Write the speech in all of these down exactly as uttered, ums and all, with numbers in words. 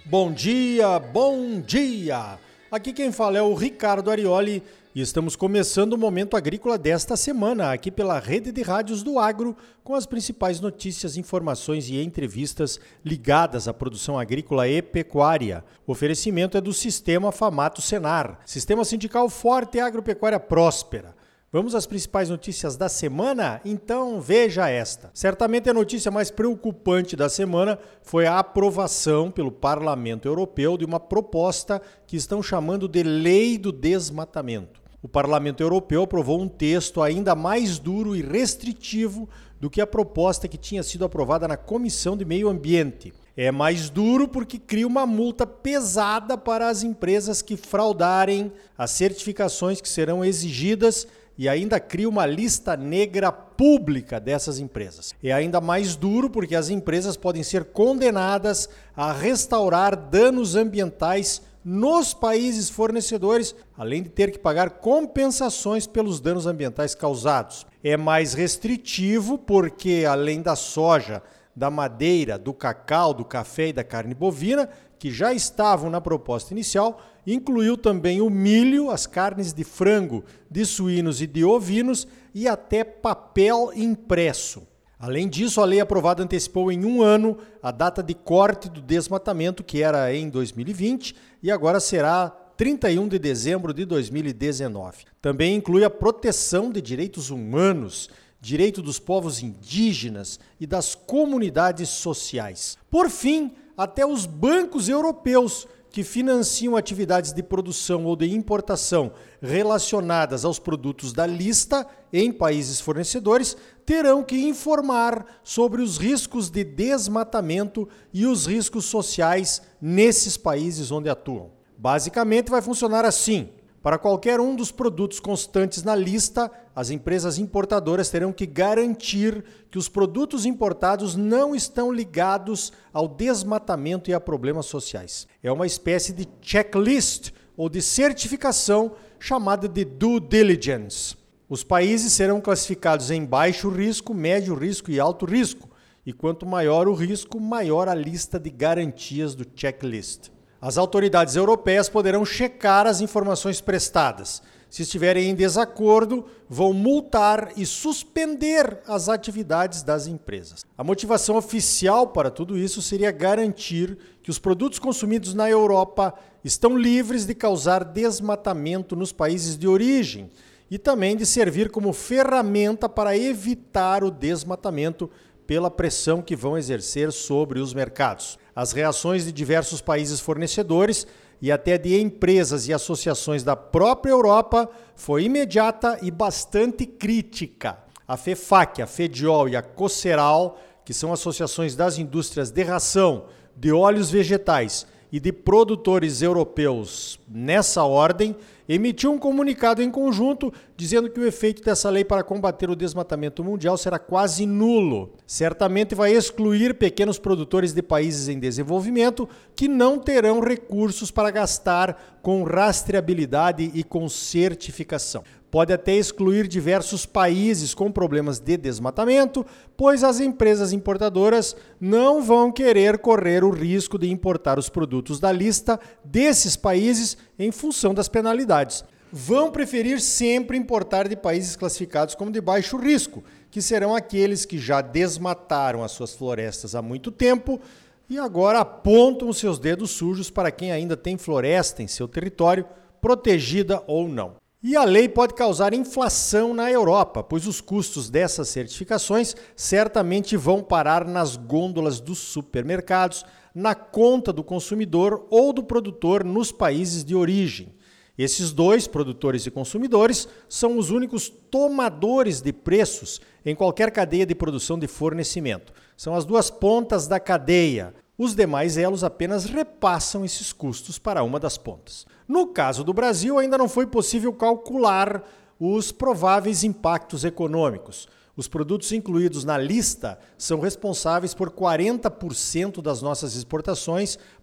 Bom dia, bom dia! Aqui quem fala é o Ricardo Arioli e estamos começando o Momento Agrícola desta semana, aqui pela Rede de Rádios do Agro, com as principais notícias, informações e entrevistas ligadas à produção agrícola e pecuária. O oferecimento é do Sistema Famato Senar, Sistema Sindical Forte e Agropecuária Próspera. Vamos às principais notícias da semana? Então veja esta. Certamente a notícia mais preocupante da semana foi a aprovação pelo Parlamento Europeu de uma proposta que estão chamando de Lei do Desmatamento. O Parlamento Europeu aprovou um texto ainda mais duro e restritivo do que a proposta que tinha sido aprovada na Comissão de Meio Ambiente. É mais duro porque cria uma multa pesada para as empresas que fraudarem as certificações que serão exigidas e ainda cria uma lista negra pública dessas empresas. É ainda mais duro porque as empresas podem ser condenadas a restaurar danos ambientais nos países fornecedores, além de ter que pagar compensações pelos danos ambientais causados. É mais restritivo porque, além da soja, da madeira, do cacau, do café e da carne bovina, que já estavam na proposta inicial, incluiu também o milho, as carnes de frango, de suínos e de ovinos e até papel impresso. Além disso, a lei aprovada antecipou em um ano a data de corte do desmatamento, que era em dois mil e vinte, e agora será trinta e um de dezembro de dois mil e dezenove. Também inclui a proteção de direitos humanos, direito dos povos indígenas e das comunidades sociais. Por fim, até os bancos europeus que financiam atividades de produção ou de importação relacionadas aos produtos da lista em países fornecedores terão que informar sobre os riscos de desmatamento e os riscos sociais nesses países onde atuam. Basicamente vai funcionar assim. Para qualquer um dos produtos constantes na lista, as empresas importadoras terão que garantir que os produtos importados não estão ligados ao desmatamento e a problemas sociais. É uma espécie de checklist ou de certificação chamada de due diligence. Os países serão classificados em baixo risco, médio risco e alto risco. E quanto maior o risco, maior a lista de garantias do checklist. As autoridades europeias poderão checar as informações prestadas. Se estiverem em desacordo, vão multar e suspender as atividades das empresas. A motivação oficial para tudo isso seria garantir que os produtos consumidos na Europa estão livres de causar desmatamento nos países de origem e também de servir como ferramenta para evitar o desmatamento pela pressão que vão exercer sobre os mercados. As reações de diversos países fornecedores e até de empresas e associações da própria Europa foi imediata e bastante crítica. A FEFAC, a FEDIOL e a COCERAL, que são associações das indústrias de ração, de óleos vegetais e de produtores europeus nessa ordem, emitiu um comunicado em conjunto dizendo que o efeito dessa lei para combater o desmatamento mundial será quase nulo. Certamente vai excluir pequenos produtores de países em desenvolvimento que não terão recursos para gastar com rastreabilidade e com certificação. Pode até excluir diversos países com problemas de desmatamento, pois as empresas importadoras não vão querer correr o risco de importar os produtos da lista desses países em função das penalidades. Vão preferir sempre importar de países classificados como de baixo risco, que serão aqueles que já desmataram as suas florestas há muito tempo e agora apontam os seus dedos sujos para quem ainda tem floresta em seu território, protegida ou não. E a lei pode causar inflação na Europa, pois os custos dessas certificações certamente vão parar nas gôndolas dos supermercados, na conta do consumidor ou do produtor nos países de origem. Esses dois, produtores e consumidores, são os únicos tomadores de preços em qualquer cadeia de produção de fornecimento. São as duas pontas da cadeia. Os demais elos apenas repassam esses custos para uma das pontas. No caso do Brasil, ainda não foi possível calcular os prováveis impactos econômicos. Os produtos incluídos na lista são responsáveis por quarenta por cento das nossas exportações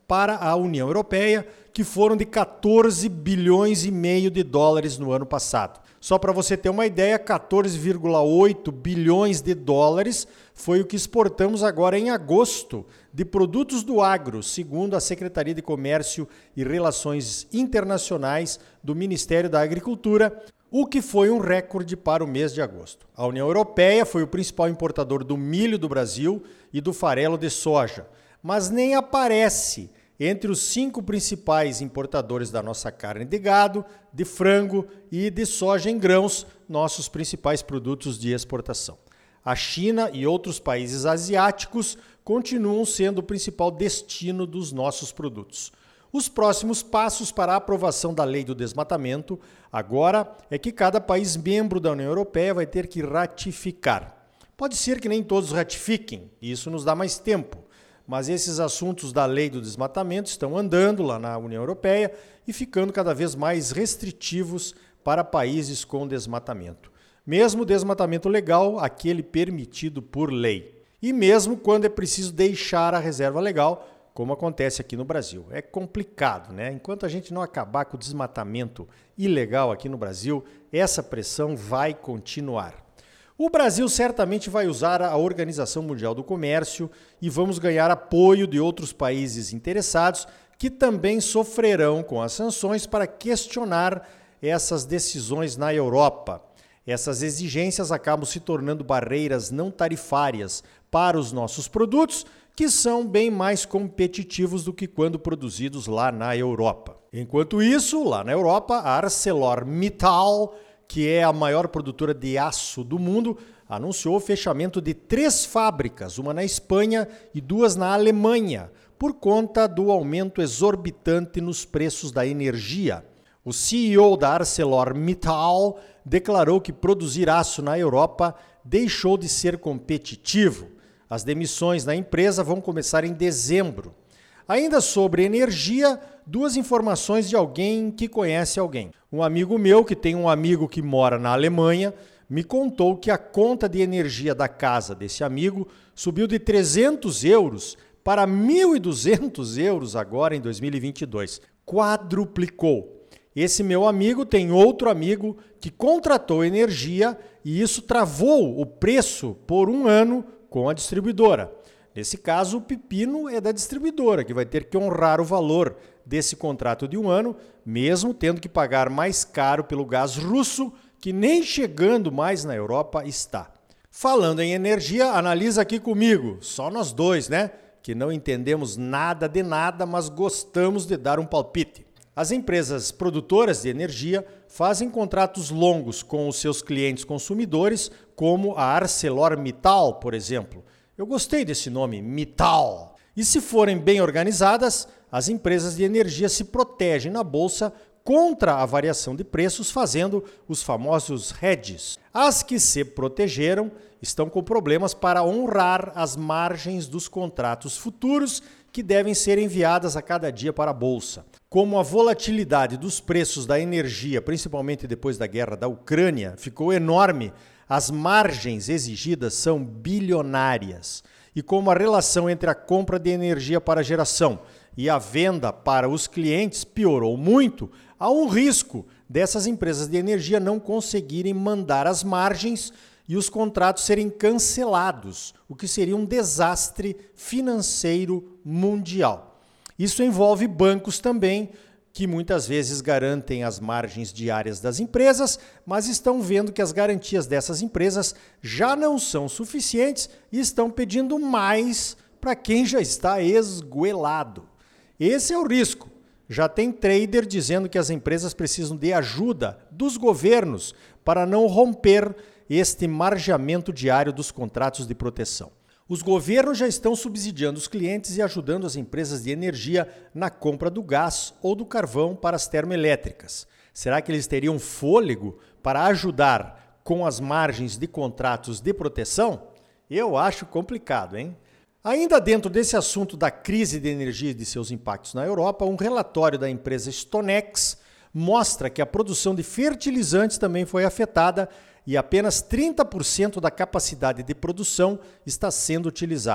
para a União Europeia, que foram de quatorze bilhões e meio de dólares no ano passado. Só para você ter uma ideia, quatorze vírgula oito bilhões de dólares foi o que exportamos agora em agosto de produtos do agro, segundo a Secretaria de Comércio e Relações Internacionais do Ministério da Agricultura, o que foi um recorde para o mês de agosto. A União Europeia foi o principal importador do milho do Brasil e do farelo de soja, mas nem aparece entre os cinco principais importadores da nossa carne de gado, de frango e de soja em grãos, nossos principais produtos de exportação. A China e outros países asiáticos continuam sendo o principal destino dos nossos produtos. Os próximos passos para a aprovação da lei do desmatamento agora é que cada país membro da União Europeia vai ter que ratificar. Pode ser que nem todos ratifiquem, e isso nos dá mais tempo. Mas esses assuntos da lei do desmatamento estão andando lá na União Europeia e ficando cada vez mais restritivos para países com desmatamento. Mesmo o desmatamento legal, aquele permitido por lei. E mesmo quando é preciso deixar a reserva legal, como acontece aqui no Brasil. É complicado, né? Enquanto a gente não acabar com o desmatamento ilegal aqui no Brasil, essa pressão vai continuar. O Brasil certamente vai usar a Organização Mundial do Comércio e vamos ganhar apoio de outros países interessados que também sofrerão com as sanções para questionar essas decisões na Europa. Essas exigências acabam se tornando barreiras não tarifárias para os nossos produtos, que são bem mais competitivos do que quando produzidos lá na Europa. Enquanto isso, lá na Europa, a ArcelorMittal, que é a maior produtora de aço do mundo, anunciou o fechamento de três fábricas, uma na Espanha e duas na Alemanha, por conta do aumento exorbitante nos preços da energia. O C E O da ArcelorMittal declarou que produzir aço na Europa deixou de ser competitivo. As demissões na empresa vão começar em dezembro. Ainda sobre energia, duas informações de alguém que conhece alguém. Um amigo meu, que tem um amigo que mora na Alemanha, me contou que a conta de energia da casa desse amigo subiu de trezentos euros para mil e duzentos euros agora em dois mil e vinte e dois. Quadruplicou. Esse meu amigo tem outro amigo que contratou energia e isso travou o preço por um ano com a distribuidora. Nesse caso, o pepino é da distribuidora, que vai ter que honrar o valor desse contrato de um ano, mesmo tendo que pagar mais caro pelo gás russo, que nem chegando mais na Europa está. Falando em energia, analisa aqui comigo, só nós dois, né? Que não entendemos nada de nada, mas gostamos de dar um palpite. As empresas produtoras de energia fazem contratos longos com os seus clientes consumidores, como a ArcelorMittal, por exemplo. Eu gostei desse nome, Mittal. E se forem bem organizadas, as empresas de energia se protegem na bolsa contra a variação de preços, fazendo os famosos hedges. As que se protegeram estão com problemas para honrar as margens dos contratos futuros que devem ser enviadas a cada dia para a bolsa. Como a volatilidade dos preços da energia, principalmente depois da guerra da Ucrânia, ficou enorme, as margens exigidas são bilionárias. E como a relação entre a compra de energia para geração e a venda para os clientes piorou muito, há um risco dessas empresas de energia não conseguirem mandar as margens e os contratos serem cancelados, o que seria um desastre financeiro mundial. Isso envolve bancos também, que muitas vezes garantem as margens diárias das empresas, mas estão vendo que as garantias dessas empresas já não são suficientes e estão pedindo mais para quem já está esgoelado. Esse é o risco. Já tem trader dizendo que as empresas precisam de ajuda dos governos para não romper este margeamento diário dos contratos de proteção. Os governos já estão subsidiando os clientes e ajudando as empresas de energia na compra do gás ou do carvão para as termoelétricas. Será que eles teriam fôlego para ajudar com as margens de contratos de proteção? Eu acho complicado, hein? Ainda dentro desse assunto da crise de energia e de seus impactos na Europa, um relatório da empresa Stonex mostra que a produção de fertilizantes também foi afetada e apenas trinta por cento da capacidade de produção está sendo utilizada.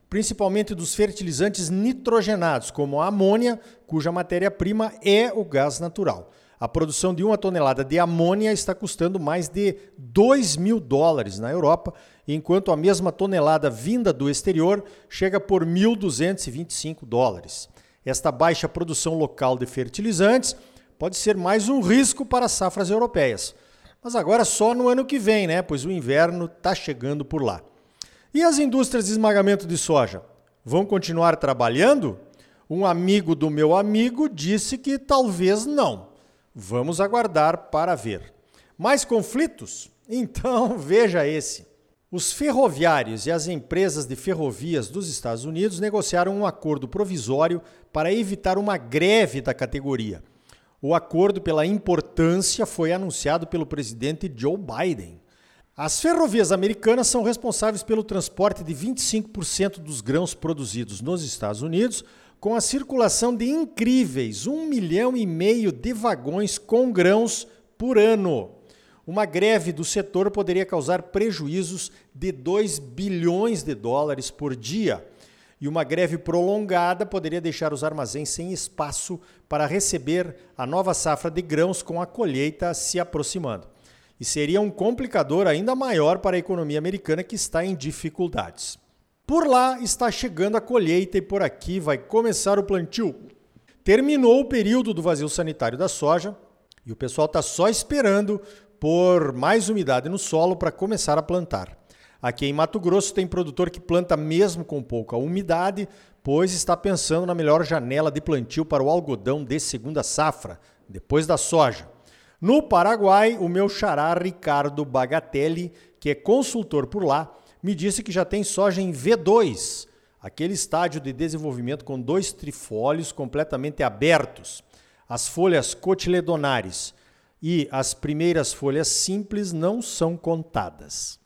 principalmente dos fertilizantes nitrogenados, como a amônia, cuja matéria-prima é o gás natural. A produção de uma tonelada de amônia está custando mais de dois mil dólares na Europa, enquanto a mesma tonelada vinda do exterior chega por mil duzentos e vinte e cinco dólares. Esta baixa produção local de fertilizantes pode ser mais um risco para as safras europeias. Mas agora só no ano que vem, né? Pois o inverno está chegando por lá. E as indústrias de esmagamento de soja? Vão continuar trabalhando? Um amigo do meu amigo disse que talvez não. Vamos aguardar para ver. Mais conflitos? Então veja esse. Os ferroviários e as empresas de ferrovias dos Estados Unidos negociaram um acordo provisório para evitar uma greve da categoria. O acordo, pela importância, foi anunciado pelo presidente Joe Biden. As ferrovias americanas são responsáveis pelo transporte de vinte e cinco por cento dos grãos produzidos nos Estados Unidos, com a circulação de incríveis um milhão e meio de vagões com grãos por ano. Uma greve do setor poderia causar prejuízos de dois bilhões de dólares por dia. E uma greve prolongada poderia deixar os armazéns sem espaço para receber a nova safra de grãos com a colheita se aproximando. E seria um complicador ainda maior para a economia americana, que está em dificuldades. Por lá está chegando a colheita e por aqui vai começar o plantio. Terminou o período do vazio sanitário da soja e o pessoal está só esperando por mais umidade no solo para começar a plantar. Aqui em Mato Grosso tem produtor que planta mesmo com pouca umidade, pois está pensando na melhor janela de plantio para o algodão de segunda safra, depois da soja. No Paraguai, o meu xará Ricardo Bagatelli, que é consultor por lá, me disse que já tem soja em V dois, aquele estágio de desenvolvimento com dois trifólios completamente abertos. As folhas cotiledonares e as primeiras folhas simples não são contadas.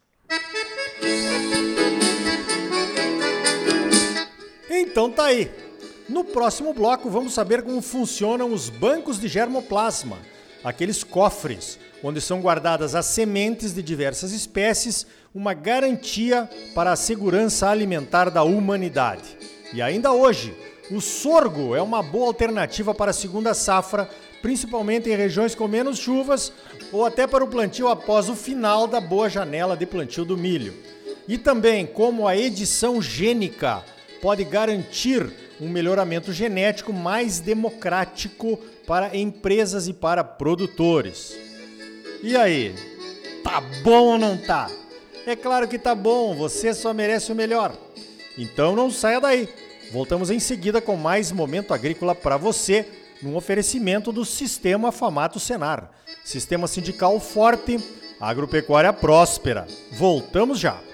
Então tá aí. No próximo bloco vamos saber como funcionam os bancos de germoplasma, aqueles cofres onde são guardadas as sementes de diversas espécies, uma garantia para a segurança alimentar da humanidade. E ainda hoje, o sorgo é uma boa alternativa para a segunda safra, principalmente em regiões com menos chuvas ou até para o plantio após o final da boa janela de plantio do milho. E também como a edição gênica pode garantir um melhoramento genético mais democrático para empresas e para produtores. E aí, tá bom ou não tá? É claro que tá bom, você só merece o melhor. Então não saia daí. Voltamos em seguida com mais Momento Agrícola para você, num oferecimento do Sistema Famato Senar. Sistema sindical forte, agropecuária próspera. Voltamos já.